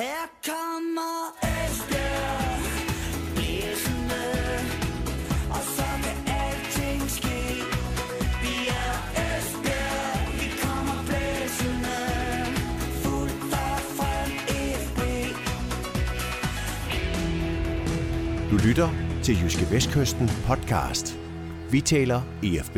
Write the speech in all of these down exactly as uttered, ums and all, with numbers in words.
Her kommer Esbjerg blæsende, og så kan alting ske. Vi er Esbjerg, vi kommer blæsende, fuldt og frem F B. Du lytter til Jyske Vestkysten podcast. Vi taler E F B.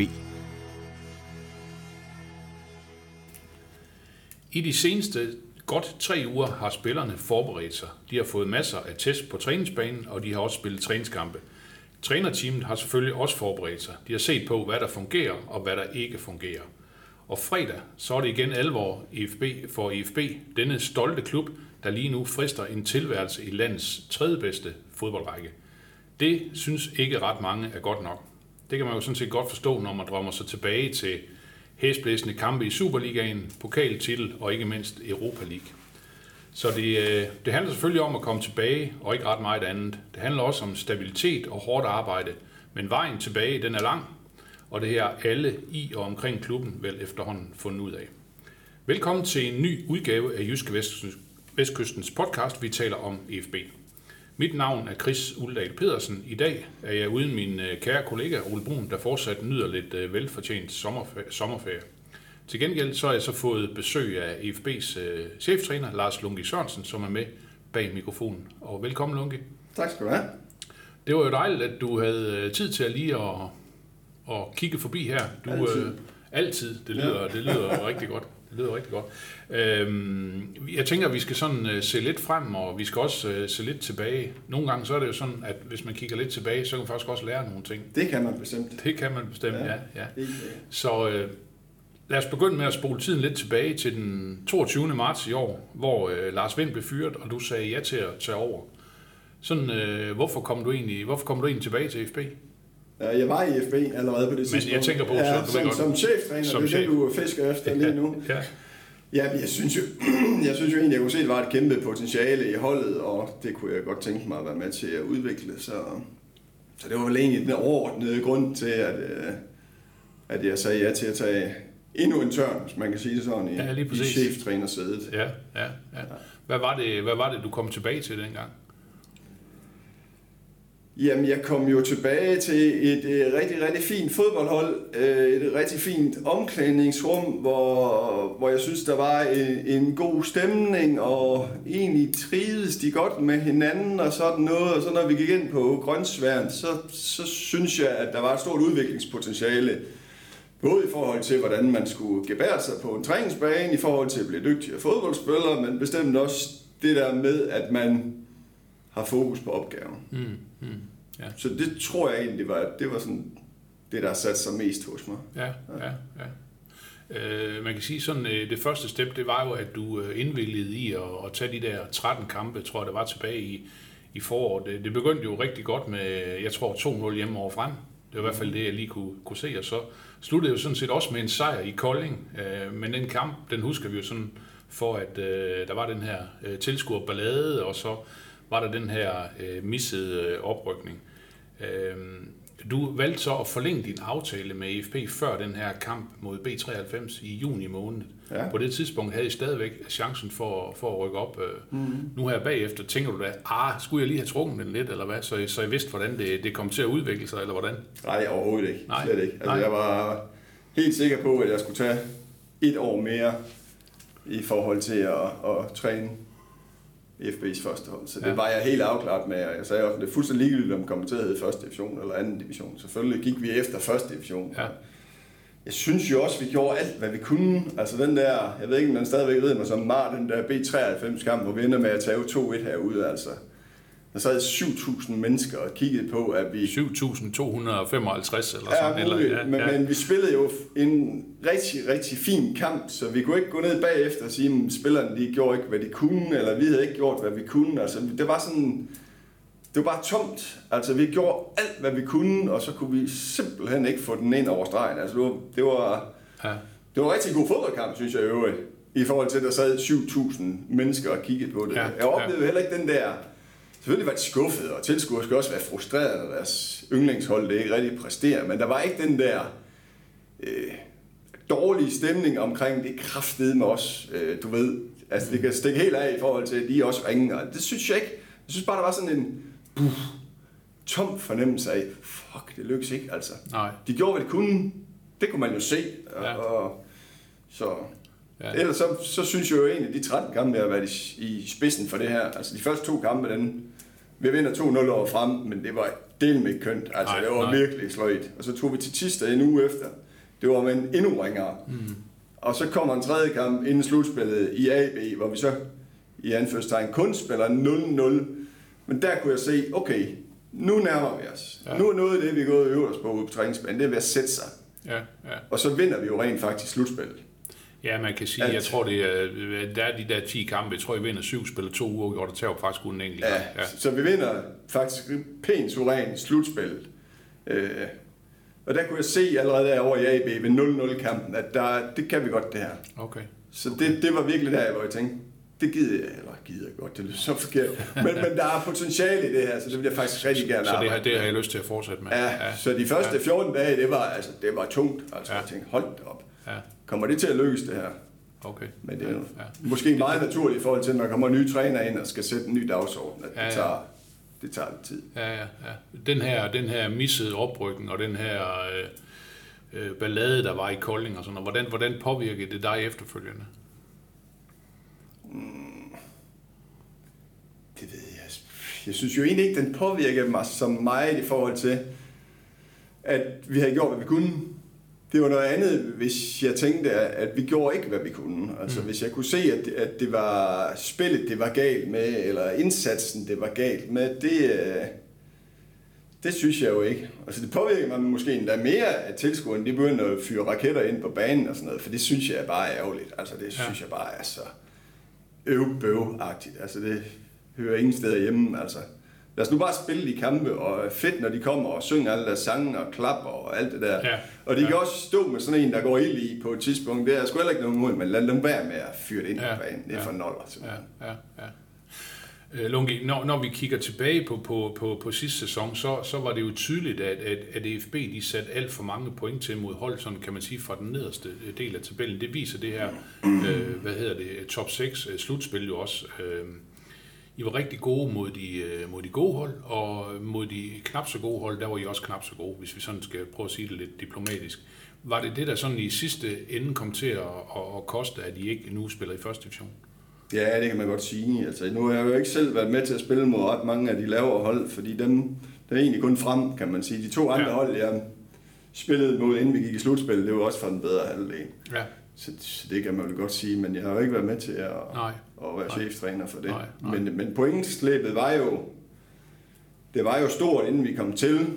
I de seneste godt tre uger har spillerne forberedt sig. De har fået masser af test på træningsbanen, og de har også spillet træningskampe. Trænerteamet har selvfølgelig også forberedt sig. De har set på, hvad der fungerer og hvad der ikke fungerer. Og fredag, så er det igen alvor E F B for E F B, denne stolte klub, der lige nu frister en tilværelse i landets tredje bedste fodboldrække. Det synes ikke ret mange er godt nok. Det kan man jo sådan set godt forstå, når man drømmer sig tilbage til hæsblæsende kampe i Superligaen, pokaltitel og ikke mindst Europa League. Så det, det handler selvfølgelig om at komme tilbage, og ikke ret meget andet. Det handler også om stabilitet og hårdt arbejde, men vejen tilbage, den er lang, og det her alle i og omkring klubben vel efterhånden fundet ud af. Velkommen til en ny udgave af Jyske Vestkystens podcast, vi taler om E F B. Mit navn er Chris Uldal Pedersen. I dag er jeg uden min kære kollega Ole Brun, der fortsat nyder lidt velfortjent sommerferie. Til gengæld så har jeg så fået besøg af E F B's cheftræner Lars Lunke Sørensen, som er med bag mikrofonen. Og velkommen, Lunke. Tak skal du have. Det var jo dejligt, at du havde tid til at lige at, at kigge forbi her. Du, altid. Øh, altid. Det lyder, ja. det lyder rigtig godt. Det lyder rigtig godt. Øhm, jeg tænker, at vi skal sådan uh, se lidt frem, og vi skal også uh, se lidt tilbage. Nogle gange så er det jo sådan, at hvis man kigger lidt tilbage, så kan man faktisk også lære nogle ting. Det kan man bestemt. Det kan man bestemt, ja. ja, ja. Ikke. Så uh, lad os begynde med at spole tiden lidt tilbage til den toogtyvende marts i år, hvor uh, Lars Vind blev fyret, og du sagde ja til at tage over. Sådan, uh, hvorfor kom du egentlig, hvorfor kom du egentlig tilbage til E F B? Jeg var i E F B allerede på det tidspunkt. Men jeg tænker på, ja, så, som, godt, som cheftræner, som det er det, du fisker efter lige nu. Ja, ja. Ja, jeg synes jo, jeg synes jo egentlig, jeg kunne se, at det var et kæmpe potentiale i holdet, og det kunne jeg godt tænke mig at være med til at udvikle. Så, så det var vel egentlig den overordnede grund til, at, at jeg sagde ja til at tage endnu en tørn, hvis man kan sige det sådan, i, ja, i cheftrænersædet. Ja, ja, ja. Hvad var det, hvad var det, du kom tilbage til dengang? Jamen, jeg kom jo tilbage til et øh, rigtig, rigtig fint fodboldhold, øh, et rigtig fint omklædningsrum, hvor, hvor jeg synes, der var en, en god stemning, og egentlig trivedes de godt med hinanden og sådan noget. Og så når vi gik ind på Grønsværen, så, så synes jeg, at der var et stort udviklingspotentiale, både i forhold til, hvordan man skulle gebære sig på en træningsbane, i forhold til at blive dygtigere fodboldspiller, men bestemt også det der med, at man har fokus på opgaven. Mm, mm, ja. Så det tror jeg egentlig var, det var sådan det, der satte sig mest hos mig. Ja, ja, ja. Øh, man kan sige sådan, øh, det første step, det var jo, at du øh, indvilligede i at, at tage de der tretten kampe, tror jeg, der var tilbage i, i foråret. Det, det begyndte jo rigtig godt med, jeg tror, to nul hjemme over frem. Det var i hvert fald det, jeg lige kunne, kunne se, og så sluttede jo sådan set også med en sejr i Kolding. Øh, men den kamp, den husker vi jo sådan, for at øh, der var den her øh, tilskuerballade, og så var der den her øh, missede øh, oprykning. Øh, du valgte så at forlænge din aftale med E F B før den her kamp mod B treoghalvfems i juni måned. Ja. På det tidspunkt havde I stadigvæk chancen for, for at rykke op. Øh. Mm-hmm. Nu her bagefter tænker du da, ah, skulle jeg lige have trukket den lidt, eller hvad? Så, så jeg vidste, hvordan det, det kom til at udvikle sig, eller hvordan? Nej, overhovedet ikke. Nej. Slet ikke. Altså, Nej. Jeg var helt sikker på, at jeg skulle tage et år mere i forhold til at, at træne E F B's første hold. Så det ja. var jeg helt afklaret med, og jeg sagde også, at det er fuldstændig ligegyldigt, om kommer til at hedde første division eller anden division. Selvfølgelig gik vi efter første division. Ja. Jeg synes jo også, at vi gjorde alt, hvad vi kunne. Altså den der, jeg ved ikke, om man stadigvæk ved mig som Mar, den der B treoghalvfems kamp, hvor vi ender med at tage to et herude, altså. Der sad syv tusind mennesker og kiggede på, at vi... syv tusind to hundrede og femoghalvtreds eller ja, sådan. Eller, ja, men, ja. men vi spillede jo en rigtig, rigtig fin kamp, så vi kunne ikke gå ned bagefter og sige, at spillerne de gjorde ikke, hvad de kunne, eller vi havde ikke gjort, hvad vi kunne. Altså, det var sådan... Det var bare tomt. Altså, vi gjorde alt, hvad vi kunne, og så kunne vi simpelthen ikke få den ind over stregen. Altså, det var... Det var, ja. det var en rigtig god fodboldkamp, synes jeg i øvrigt. I forhold til, at der sad syv tusind mennesker og kiggede på det. Ja, jeg oplevede ja. heller ikke den der... Selvfølgelig var de skuffede, og tilskuere skal også være frustrerede, når deres yndlingshold det ikke rigtig præsterer, men der var ikke den der øh, dårlige stemning omkring det kraftedeme også. Øh, du ved, Altså, det kan stikke helt af i forhold til, at de også ringer. Det synes jeg ikke. Jeg synes bare, der var sådan en buh, tom fornemmelse af, fuck, det lykkes ikke, altså. Nej. De gjorde, hvad de kunne. Det kunne man jo se. Ja. Og, så... Ja. Ellers så, så synes jeg jo egentlig, at de tretten kampe har været i, i spidsen for det her. Altså, de første to kampe, den, vi vinder to nul over frem, men det var del med kønt. Altså, nej, det var nej. virkelig sløjt. Og så tog vi til Thisted en uge efter. Det var med en endnu ringere. Mm. Og så kommer en tredje kamp inden slutspillet i A B, hvor vi så i anførselstegn kun spiller nul nul. Men der kunne jeg se, okay, nu nærmer vi os. Ja. Nu er noget af det, vi er gået og øvet os på ude på træningsbanen, det er ved at sætte sig. Ja, ja. Og så vinder vi jo rent faktisk slutspillet. Ja, man kan sige, at jeg tror, det er, der er de der ti kampe, jeg tror, jeg vinder syv, spiller to uger, og det tager faktisk kun en enkelt. Ja, ja, så vi vinder faktisk pænt suverænt slutspillet. Øh, og der kunne jeg se allerede derovre i A B ved nul nul-kampen, at der, det kan vi godt det her. Okay. Så det, det var virkelig der, hvor jeg tænkte, det gider jeg, eller gider jeg godt, det lyder så forkert. Men, men der er potentiale i det her, så det vil jeg faktisk rigtig gerne så arbejde. Så det, det har jeg lyst til at fortsætte med? Ja, ja. Så de første fjorten dage, det var, altså, det var tungt. Altså, ja. Jeg tænkte, hold da op. Ja. Kommer det til at lykkes, det her? Okay. Men det er jo ja. måske meget naturligt i forhold til, når der kommer nye træner ind og skal sætte en ny dagsorden, at det, ja, ja. tager, det tager lidt tid. Ja, ja, ja. Den her, den her missede oprykning og den her øh, øh, ballade, der var i Kolding og sådan noget, hvordan, hvordan påvirkede det dig efterfølgende? Mm, det ved jeg. Jeg synes jo egentlig ikke, den påvirkede mig så meget i forhold til, at vi havde gjort, hvad vi kunne. Det var noget andet, hvis jeg tænkte, at vi gjorde ikke, hvad vi kunne. Altså, mm. hvis jeg kunne se, at det, at det var spillet, det var galt med, eller indsatsen, det var galt med, det, det synes jeg jo ikke. Altså, det påvirker mig måske endda mere, at tilskuerne, de begynder at fyre raketter ind på banen og sådan noget, for det synes jeg bare er ærgerligt. Altså, det synes ja. jeg bare er så øv-bøv-agtigt. Altså, det hører ingen steder hjemme, altså. Lad os nu bare spille de kampe, og fedt, når de kommer og synger alle deres sange og klapper og alt det der. Ja. Og de ja. kan også stå med sådan en, der går ild i på et tidspunkt. Det er sgu heller ikke noget mod, men lad dem være med at fyre det ind ja. på banen. Det er ja. for noller. Ja, ja, ja. Øh, Lungi, når, når vi kigger tilbage på, på, på, på sidste sæson, så, så var det jo tydeligt, at, at, at E F B de satte alt for mange point til mod hold, sådan kan man sige, fra den nederste del af tabellen. Det viser det her, øh, hvad hedder det, top seks slutspil jo også. Øh, I var rigtig gode mod de, mod de gode hold, og mod de knap så gode hold, der var I også knap så gode, hvis vi sådan skal prøve at sige det lidt diplomatisk. Var det det, der sådan i sidste ende kom til at, at, at koste, at I ikke nu spiller i første division? Ja, det kan man godt sige. Altså, nu har jeg jo ikke selv været med til at spille mod ret mange af de lavere hold, fordi dem, der er egentlig kun frem, kan man sige. De to andre ja. hold, jeg spillede mod, inden vi gik i slutspillet, det var også for den bedre halvdel. Ja. Så, så det kan man vel godt sige, men jeg har jo ikke været med til at, at være cheftræner for det. Nej, nej. Men, men pointslæbet var jo, det var jo stort, inden vi kom til,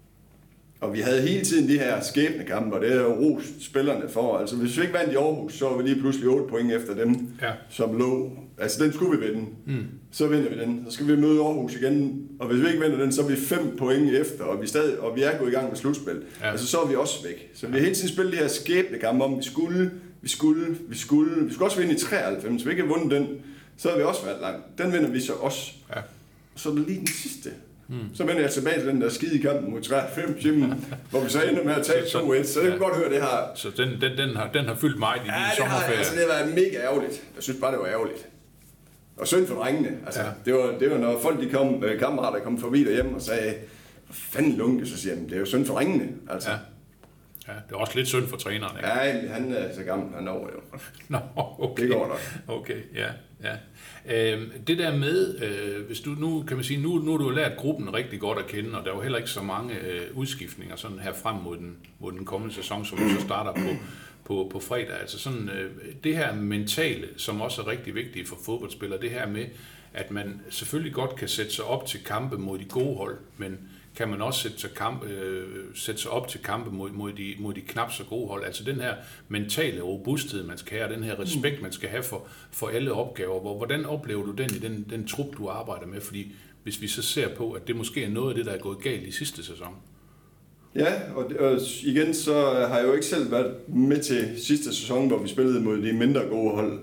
og vi havde hele tiden de her skæbnekampe, og det er jo rost spillerne for. Altså hvis vi ikke vandt i Aarhus, så var vi lige pludselig otte point efter dem, ja. som lå. Altså den skulle vi vinde. Mm. Så vinder vi den. Så skal vi møde Aarhus igen, og hvis vi ikke vinder den, så er vi fem point efter, og vi, stadig, og vi er gået i gang med slutspil. Ja. Altså så er vi også væk. Så vi har hele tiden spillet de her skæbnekampe om, vi skulle, vi skulle, vi skulle. Vi skulle også vinde i treoghalvfems. Hvis vi ikke har vundet den, så har vi også været langt. Den vinder vi så også. Ja. Så er det lige den sidste. Hmm. Så vender jeg tilbage til den der skide kamp mod treoghalvfems, hvor vi så ender med at tage to et, så det kan ja. godt høre det her. Så den, den, den, har, den har fyldt meget i din ja, sommerferie? Ja, altså det har været mega ærgerligt. Jeg synes bare, det var ærgerligt. Og synd for drengene. Altså, ja. det, var, det var når folk, de kom, kammerater kom forbi derhjemme og sagde, hvad fanden Lunke, så siger jeg, det er jo synd for drengene. Altså. Ja. Ja, det er også lidt synd for træneren, ikke? Ja, han er så gammel, han over jo. Nå, okay. Det går nok. Okay, ja, ja. Øhm, det der med, øh, hvis du nu, kan man sige, nu, nu har du lært gruppen rigtig godt at kende, og der er jo heller ikke så mange øh, udskiftninger sådan her frem mod den, mod den kommende sæson, som så starter på, på, på fredag. Altså sådan, øh, det her mentale, som også er rigtig vigtigt for fodboldspillere, det her med, at man selvfølgelig godt kan sætte sig op til kampe mod de gode hold, men kan man også sætte sig, kamp, øh, sætte sig op til kampe mod, mod, de, mod de knap så gode hold. Altså den her mentale robusthed, man skal have, den her respekt, man skal have for, for alle opgaver. Hvor, hvordan oplever du den i den, den trup, du arbejder med? Fordi hvis vi så ser på, at det måske er noget af det, der er gået galt i sidste sæson. Ja, og, og igen så har jeg jo ikke selv været med til sidste sæson, hvor vi spillede mod de mindre gode hold.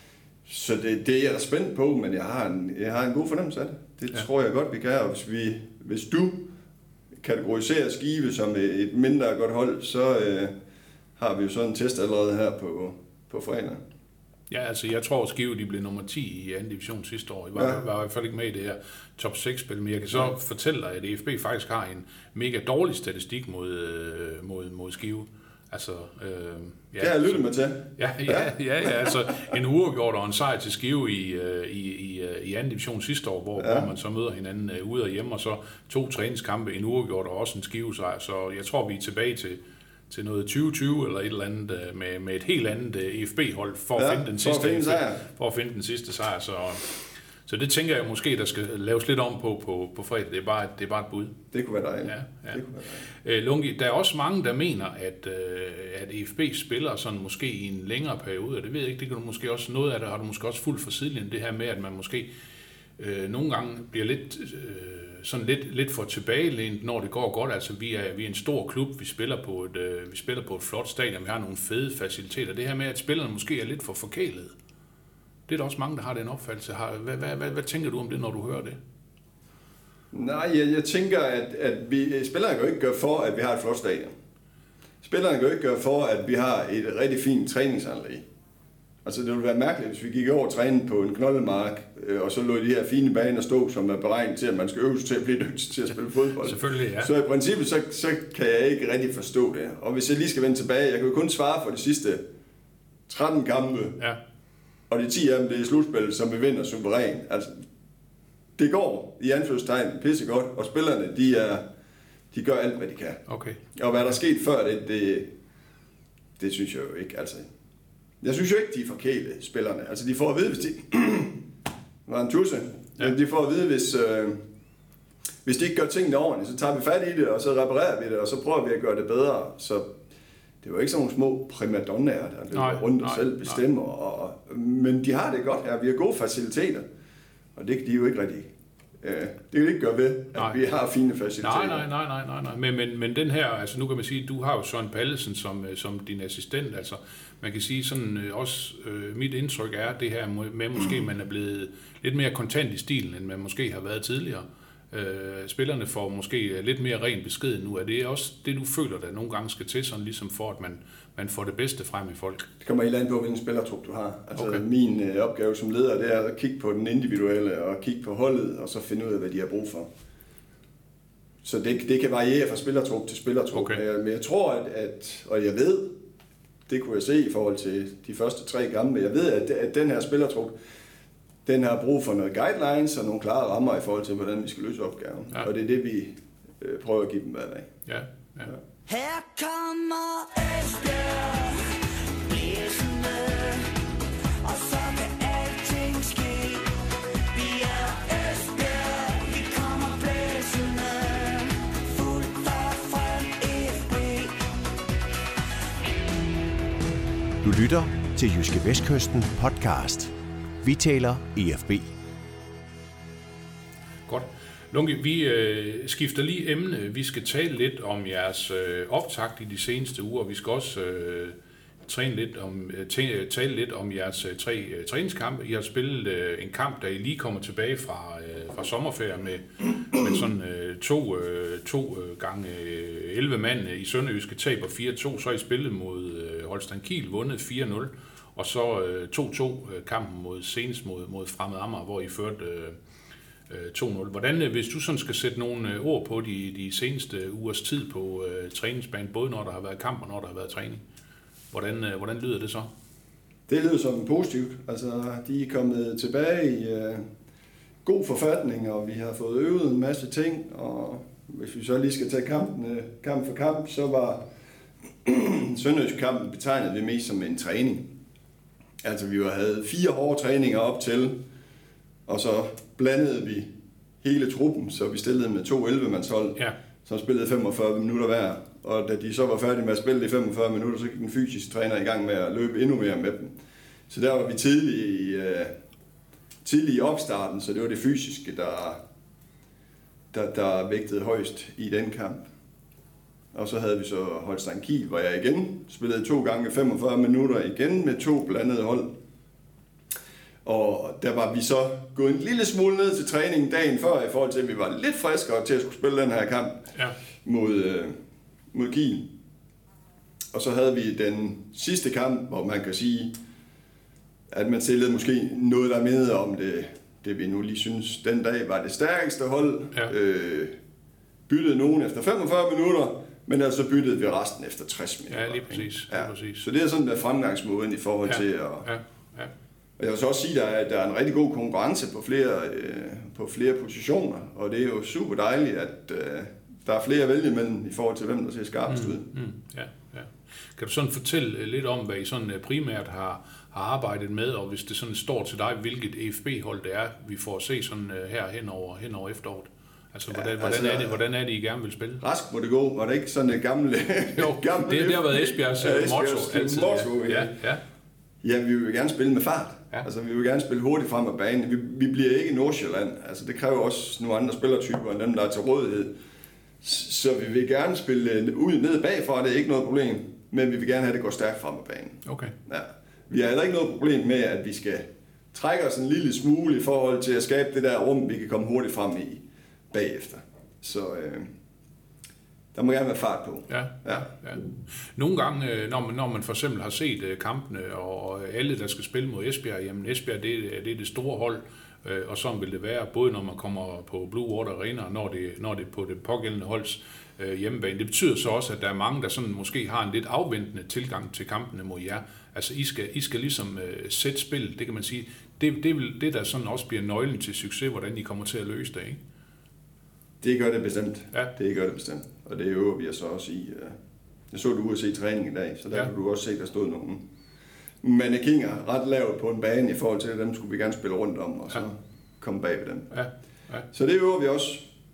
Så det, det er jeg da spændt på, men jeg har en, jeg har en god fornemmelse af det. Det ja. tror jeg godt, vi kan. Og hvis, vi, hvis du kategoriserer Skive som et mindre godt hold, så øh, har vi jo sådan en test allerede her på, på fredag. Ja, altså jeg tror, at Skive de blev nummer ti i anden division sidste år. I var, ja. var i hvert fald ikke med i det her top seks-spil, men jeg kan så ja. fortælle dig, at E F B faktisk har en mega dårlig statistik mod, mod, mod Skive. Altså, øh, ja, det har jeg lyttet mig til. Ja, ja, ja, ja, altså en uafgjort og en sejr til Skive i, i, i, i anden division sidste år, hvor, ja. hvor man så møder hinanden ude og hjemme, og så to træningskampe, en uafgjort og også en Skive-sejr. Så jeg tror, vi er tilbage til, til noget tyve tyve eller et eller andet med, med et helt andet E F B-hold for at, ja, finde, den sidste, for, at finde sejr. for at finde den sidste sejr. Så, så det tænker jeg måske, der skal laves lidt om på på, på fredag. Det er, bare, det er bare et bud. Det kunne være dejligt. Ja, ja. Det kunne være dejligt. Øh, Lungi, der er også mange, der mener, at, øh, at E F B spiller sådan måske i en længere periode, og det ved jeg ikke, det kan du måske også, noget af det har du måske også fuldt for sidelinjen, det her med, at man måske øh, nogle gange bliver lidt, øh, sådan lidt, lidt for tilbagelænt, når det går godt. Altså, vi er, vi er en stor klub, vi spiller, på et, øh, vi spiller på et flot stadion, vi har nogle fede faciliteter. Det her med, at spillerne måske er lidt for forkælede. Det er der også mange, der har den opfattelse. Hvad, hvad, hvad, hvad tænker du om det, når du hører det? Nej, jeg, jeg tænker, at, at vi, spillerne kan jo ikke gøre for, at vi har et flot stadion. Spillerne kan jo ikke gøre for, at vi har et rigtig fint træningsanlæg. Altså, det ville være mærkeligt, hvis vi gik over og trænede på en knoldemark, øh, og så lå de her fine baner stå, som er beregnet til, at man skal øve sig til at blive dygtig til at spille fodbold. Selvfølgelig, ja. Så i princippet, så, så kan jeg ikke rigtig forstå det. Og hvis jeg lige skal vende tilbage, jeg kan jo kun svare for de sidste tretten kampe, ja. og de ti af dem, det er slutspillet, som vi vinder suveræn. Altså, det går i anførselstegn pissegodt, og spillerne, de, er, de gør alt, hvad de kan. Okay. Og hvad der er sket før det, det, det synes jeg jo ikke. Altså, jeg synes jo ikke, de er forkælet, spillerne. Altså, de får at vide, hvis de var en tusse. Ja. De får at vide, hvis, øh, hvis de ikke gør tingene ordentligt, så tager vi fat i det, og så reparerer vi det, og så prøver vi at gøre det bedre. Så det var ikke sådan nogle små primadonnaer, der løber rundt og selv bestemmer. Og, men de har det godt her. Vi har gode faciliteter, og det kan de jo ikke rigtig. Øh, det kan ikke gøre ved, at nej. vi har fine faciliteter. Nej, nej, nej, nej, nej, nej. Men, men, men den her, altså nu kan man sige, du har jo Søren Pallesen som, som din assistent, altså man kan sige sådan også, øh, mit indtryk er det her med, måske man er blevet lidt mere kontant i stilen, end man måske har været tidligere. Øh, spillerne får måske lidt mere ren besked nu. Er det også det, du føler, der nogle gange skal til, sådan ligesom for, at man, man får det bedste frem i folk? Det kommer helt an på, hvilken spillertrup du har. Altså okay. Min øh, opgave som leder, det er at kigge på den individuelle, og kigge på holdet, og så finde ud af, hvad de har brug for. Så det, det kan variere fra spillertrup til spillertrup. Okay. Men jeg tror, at, at, og jeg ved, det kunne jeg se i forhold til de første tre gamle, jeg ved, at, at den her spillertrup, den har brug for noget guidelines og nogle klare rammer i forhold til, hvordan vi skal løse opgaven. Ja. Og det er det, vi øh, prøver at give dem hver dag. Ja, ja. Ja. Her kommer Esbjerg blæsende, og så kan alting ske. Vi er Esbjerg, vi kommer blæsende, fuldt og frem E F B. Du lytter til Jyske Vestkysten podcast. Vi taler E F B. Godt. Lungi, vi øh, skifter lige emne. Vi skal tale lidt om jeres øh, optakt i de seneste uger. Vi skal også øh, træne lidt om, øh, tale lidt om jeres øh, tre øh, træningskampe. I har spillet øh, en kamp, da I lige kommer tilbage fra, øh, fra sommerferie med, med sådan øh, to, øh, to øh, gange øh, elleve mand i Sønderjyske, taber fire to. Så har I spillet mod øh, Holstein Kiel, vundet fire nul. Og så øh, to to øh, kampen mod senest mod, mod Fremad Amager, hvor I førte øh, to nul. Hvordan, øh, hvis du sådan skal sætte nogle øh, ord på de, de seneste ugers tid på øh, træningsbanen, både når der har været kamp og når der har været træning, hvordan, øh, hvordan lyder det så? Det lyder som positivt. Altså, de er kommet tilbage i øh, god forfatning, og vi har fået øvet en masse ting, og hvis vi så lige skal tage kampen, øh, kamp for kamp, så var Sønderjysk-kampen betegnet vi mest som en træning. Altså, vi havde fire hårde træninger op til, og så blandede vi hele truppen, så vi stillede med to elleve-mandshold, ja. Som spillede femogfyrre minutter hver. Og da de så var færdige med at spille i femogfyrre minutter, så gik den fysiske træner i gang med at løbe endnu mere med dem. Så der var vi tidlig i, uh, tidlig i opstarten, så det var det fysiske, der, der, der vægtede højst i den kamp. Og så havde vi så Holstein Kiel, hvor jeg igen spillede to gange femogfyrre minutter igen med to blandede hold. Og der var vi så gået en lille smule ned til træningen dagen før, i forhold til, at vi var lidt friskere til at skulle spille den her kamp ja. mod, øh, mod Kiel. Og så havde vi den sidste kamp, hvor man kan sige, at man stillede måske noget, der mindede om det, det vi nu lige synes, den dag var det stærkeste hold. Ja. Øh, byttede nogen efter femogfyrre minutter, men altså byttede vi resten efter tres minutter. Ja, lige præcis. Ja. Lige præcis. Så det er sådan der fremgangsmåden i forhold ja. til at... Ja. Ja. Og jeg vil så også sige, at der er en rigtig god konkurrence på flere, øh, på flere positioner, og det er jo super dejligt, at øh, der er flere at vælge imellem i forhold til, hvem der ser skarpest ud. Mm, mm, ja, ja. Kan du sådan fortælle lidt om, hvad I sådan primært har, har arbejdet med, og hvis det sådan står til dig, hvilket E F B-hold det er, vi får at se sådan her hen over, hen over efteråret? Altså, hvordan, ja, altså, hvordan, er det, hvordan er det, I gerne vil spille? Rask må det gå, var det ikke sådan et gamle... Jo, gamle det, det har været Esbjergs ja, motto. Altid, motto ja. Ja, ja. ja, vi vil gerne spille med fart. Ja. Altså, vi vil gerne spille hurtigt frem af banen. Vi, vi bliver ikke Nordsjælland. Altså, det kræver også nogle andre spillertyper end dem, der er til rådighed. Så vi vil gerne spille ud ned bagfra, det er ikke noget problem. Men vi vil gerne have, at det går stærkt frem af banen. Okay. Ja. Vi har heller ikke noget problem med, at vi skal trække os en lille smule i forhold til at skabe det der rum, vi kan komme hurtigt frem i bagefter. Så øh, der må gerne være fart på. Ja, ja. ja. Nogle gange, når man, når man for eksempel har set kampene, og alle, der skal spille mod Esbjerg, jamen Esbjerg, det er det, er det store hold, og sådan vil det være, både når man kommer på Blue Water Arena, og når det, når det er på det pågældende holds hjemmebane. Det betyder så også, at der er mange, der sådan måske har en lidt afventende tilgang til kampene mod jer. Altså, I skal, I skal ligesom uh, sætte spil, det kan man sige. Det, det, vil, det der sådan også bliver nøglen til succes, hvordan I kommer til at løse det, ikke? Det gør det bestemt. Ja. Det gør det bestemt. Og det øver vi så også i. Jeg så du ude at se træning i dag, så der ja. Kan du også se, at der stod nogle mannekinger ret lavt på en bane i forhold til, at dem skulle vi gerne spille rundt om, og så ja. Komme bag ved dem. Ja. Ja. Så det øver vi også.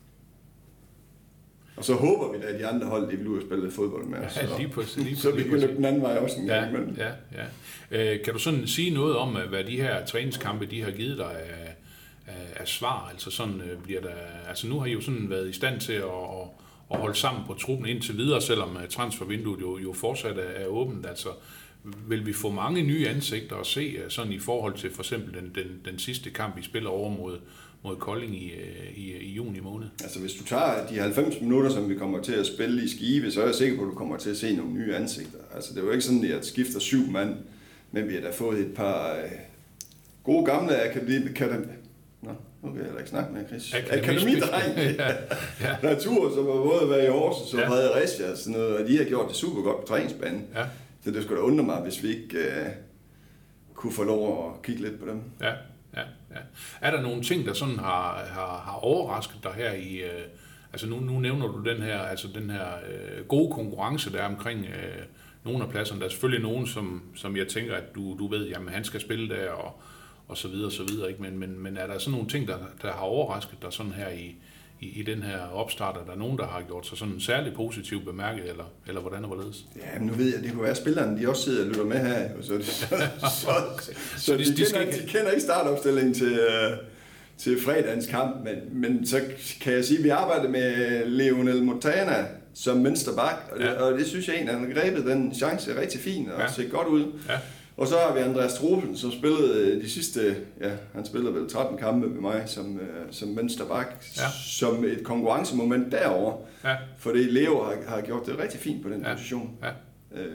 Og så håber vi da, at de andre hold, de vil ud og spille fodbold med os. Ja, lige på, lige på, så vi kan løbe den anden vej også en gang ja, imellem. Ja, ja. Øh, kan du sådan sige noget om, hvad de her træningskampe, de har givet dig af, af, af svar? Altså sådan øh, bliver der, altså nu har I jo sådan været i stand til at, at, at holde sammen på truppen indtil videre, selvom transfervinduet jo, jo fortsat er, er åbent. Altså, vil vi få mange nye ansigter at se sådan i forhold til for eksempel den, den, den sidste kamp, I spiller over mod mod Kolding i, i, i juni måned? Altså hvis du tager de halvfems minutter, som vi kommer til at spille i Skive, så er jeg sikker på, at du kommer til at se nogle nye ansigter. Altså det er jo ikke sådan, at jeg skifter syv mand, men vi har da fået et par øh, gode gamle akademi... Akademi Nå, nu kan jeg heller ikke snakke med Chris. Akademidreng. ja, ja. Natur, som har både været i Horsens og ja. Fredericia og sådan noget, og de har gjort det super godt på træningsbanen. Ja. Så det skulle da undre mig, hvis vi ikke øh, kunne få lov at kigge lidt på dem. Ja. Ja, ja. Er der nogle ting, der sådan har, har, har overrasket dig her i, øh, altså nu, nu nævner du den her, altså den her øh, gode konkurrence, der er omkring øh, nogle af pladserne. Der er selvfølgelig nogen, som, som jeg tænker, at du, du ved, jamen han skal spille der, og, og så videre, og så videre, ikke? Men, men, men er der sådan nogle ting, der, der har overrasket dig sådan her i, i, i den her opstart? Er der nogen, der har gjort sig sådan særligt positivt bemærket, eller, eller hvordan og hvorledes? Ja, men nu ved jeg, det kunne være, at spillerne de også sidder og lytter med her. Så, så, så, så, så de, de, de, kender, ikke, de kender ikke startopstillingen til, uh, til fredagens kamp, men, men så kan jeg sige, at vi arbejder med Leonel Montana som vensterbak, og, ja. og det synes jeg egentlig, han har grebet den chance rigtig fint og ja. Ser godt ud. Ja. Og så har vi Andreas Troelsen, som spillede de sidste, ja, han spillede vel tretten kampe med mig som, som vensterbak, ja. Som et konkurrencemoment derovre. Ja. Fordi Leo har, har gjort det rigtig fint på den ja. Position. Ja. Øh,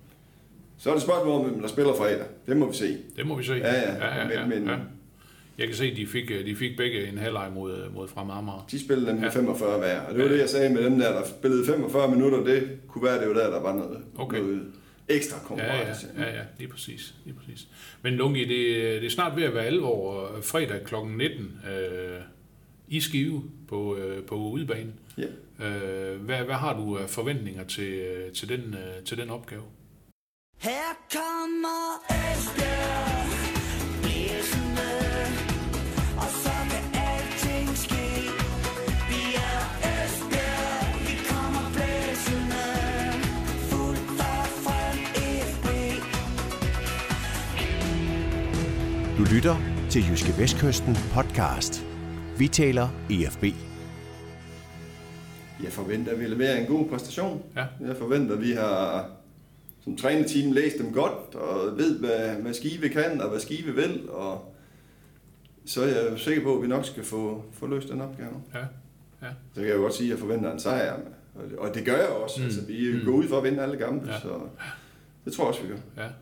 så er det spørgsmål, hvem der spiller fredag. Det må vi se. Det må vi se. Ja, ja. ja, ja, ja. Men, men, ja. Jeg kan se, at de fik, de fik begge en halvleg mod, mod Fremad Amager. De spillede dem med ja. femogfyrre hver, og det var ja. Det, jeg sagde med dem der, der spillede femogfyrre minutter. Det kunne være, det var der, der var noget, okay. Noget ekstra konkurrence. Ja, ja, ja, ja, lige præcis, lige præcis. Men Lungi, det, det er snart ved at være alvor. Fredag klokken nitten øh, i Skive på, øh, på udebanen. Ja. Øh, hvad, hvad har du forventninger til, til, den, til den opgave? Her kommer Esbjerg blæsende, og så kan alting ske. Vi er Esbjerg, vi kommer blæsende, fuldt og frem F B. Du lytter til Jyske Vestkysten podcast. Vi taler E F B. Jeg forventer, at vi leverer en god præstation. Ja. Jeg forventer, at vi har som trænerteam læst dem godt, og ved, hvad, hvad Skive kan, og hvad Skive vil, og så er jeg sikker på, at vi nok skal få, få løst den opgave. Ja. Ja. Så kan jeg jo godt sige, at jeg forventer en sejr, og det, og det gør jeg også. Mm. Altså, vi mm. går ud for at vinde alle gamle, ja. Så det tror jeg også, vi gør. Ja. Ja.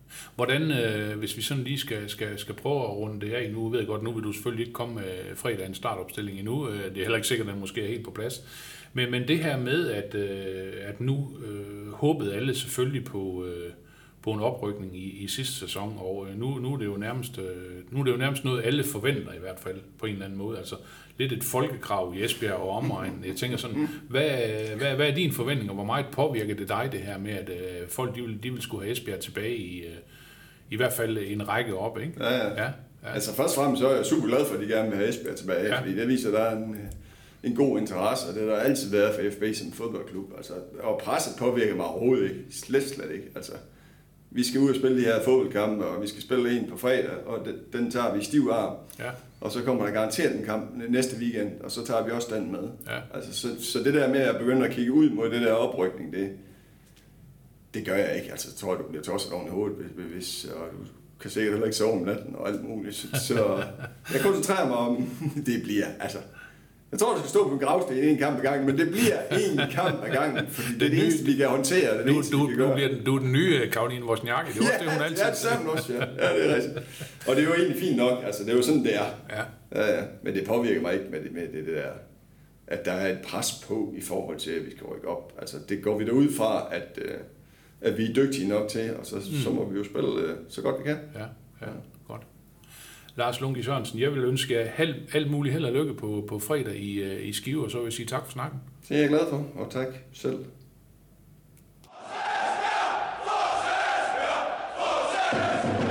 Hvordan, øh, hvis vi sådan lige skal, skal, skal prøve at runde det af nu, ved jeg godt, nu vil du selvfølgelig ikke komme med fredagens startopstilling endnu, øh, det er heller ikke sikkert, at den måske er helt på plads, men, men det her med, at, øh, at nu øh, håbede alle selvfølgelig på, øh, på en oprykning i, i sidste sæson, og øh, nu, nu, er det jo nærmest, øh, nu er det jo nærmest noget, alle forventer i hvert fald, på en eller anden måde, altså lidt et folkekrav i Esbjerg og omegn. Jeg tænker sådan, hvad, hvad, hvad er din forventning, og hvor meget påvirker det dig, det her med, at øh, folk de vil, de vil skulle have Esbjerg tilbage i, øh, i hvert fald en række op, ikke? Ja, ja. ja, ja. Altså først og fremmest så er jeg super glad for, at de gerne vil have Esbjerg tilbage, ja. Fordi det viser, at der er en, en god interesse, og det har der altid været for F B som fodboldklub. Altså, og presset påvirker mig overhovedet ikke. Slet, slet ikke. Altså, vi skal ud og spille de her fodboldkampe, og vi skal spille en på fredag, og den, den tager vi i stiv arm. Ja. Og så kommer der garanteret en kamp næste weekend, og så tager vi også den med. Ja. Altså, så, så det der med at begynde at kigge ud mod det der oprykning, det, det gør jeg ikke. Altså, jeg tror, du bliver tosset oven i hovedet, hvis, hvis og du kan sikkert heller ikke sove om natten og alt muligt. Så, så jeg koncentrerer mig om, det bliver, altså... Jeg tror, du skal stå på en gravsten en kamp ad gangen, men det bliver en kamp ad gangen, fordi det er det eneste, vi kan håndtere. Det er det du, eneste, du, vi kan du, bliver den, du er den nye Karoline Wozniacki, det er også ja, det, hun altid ja, det er også, ja. Ja, det er rigtigt. Og det er jo egentlig fint nok, altså det er jo sådan, det er. Ja. Ja, ja. Men det påvirker mig ikke med det, med det, det der, at der er et pres på i forhold til, at vi skal rykke op. Altså det går vi da ud fra, at, at vi er dygtige nok til, og så, mm. så må vi jo spille så godt vi kan. Ja, ja, godt. Lars Lunke Sørensen, jeg vil ønske jer alt, alt muligt held og lykke på, på fredag i, i Skive, og så vil jeg sige tak for snakken. Det er jeg glad for, og tak selv. Fortsæt! Fortsæt! Fortsæt!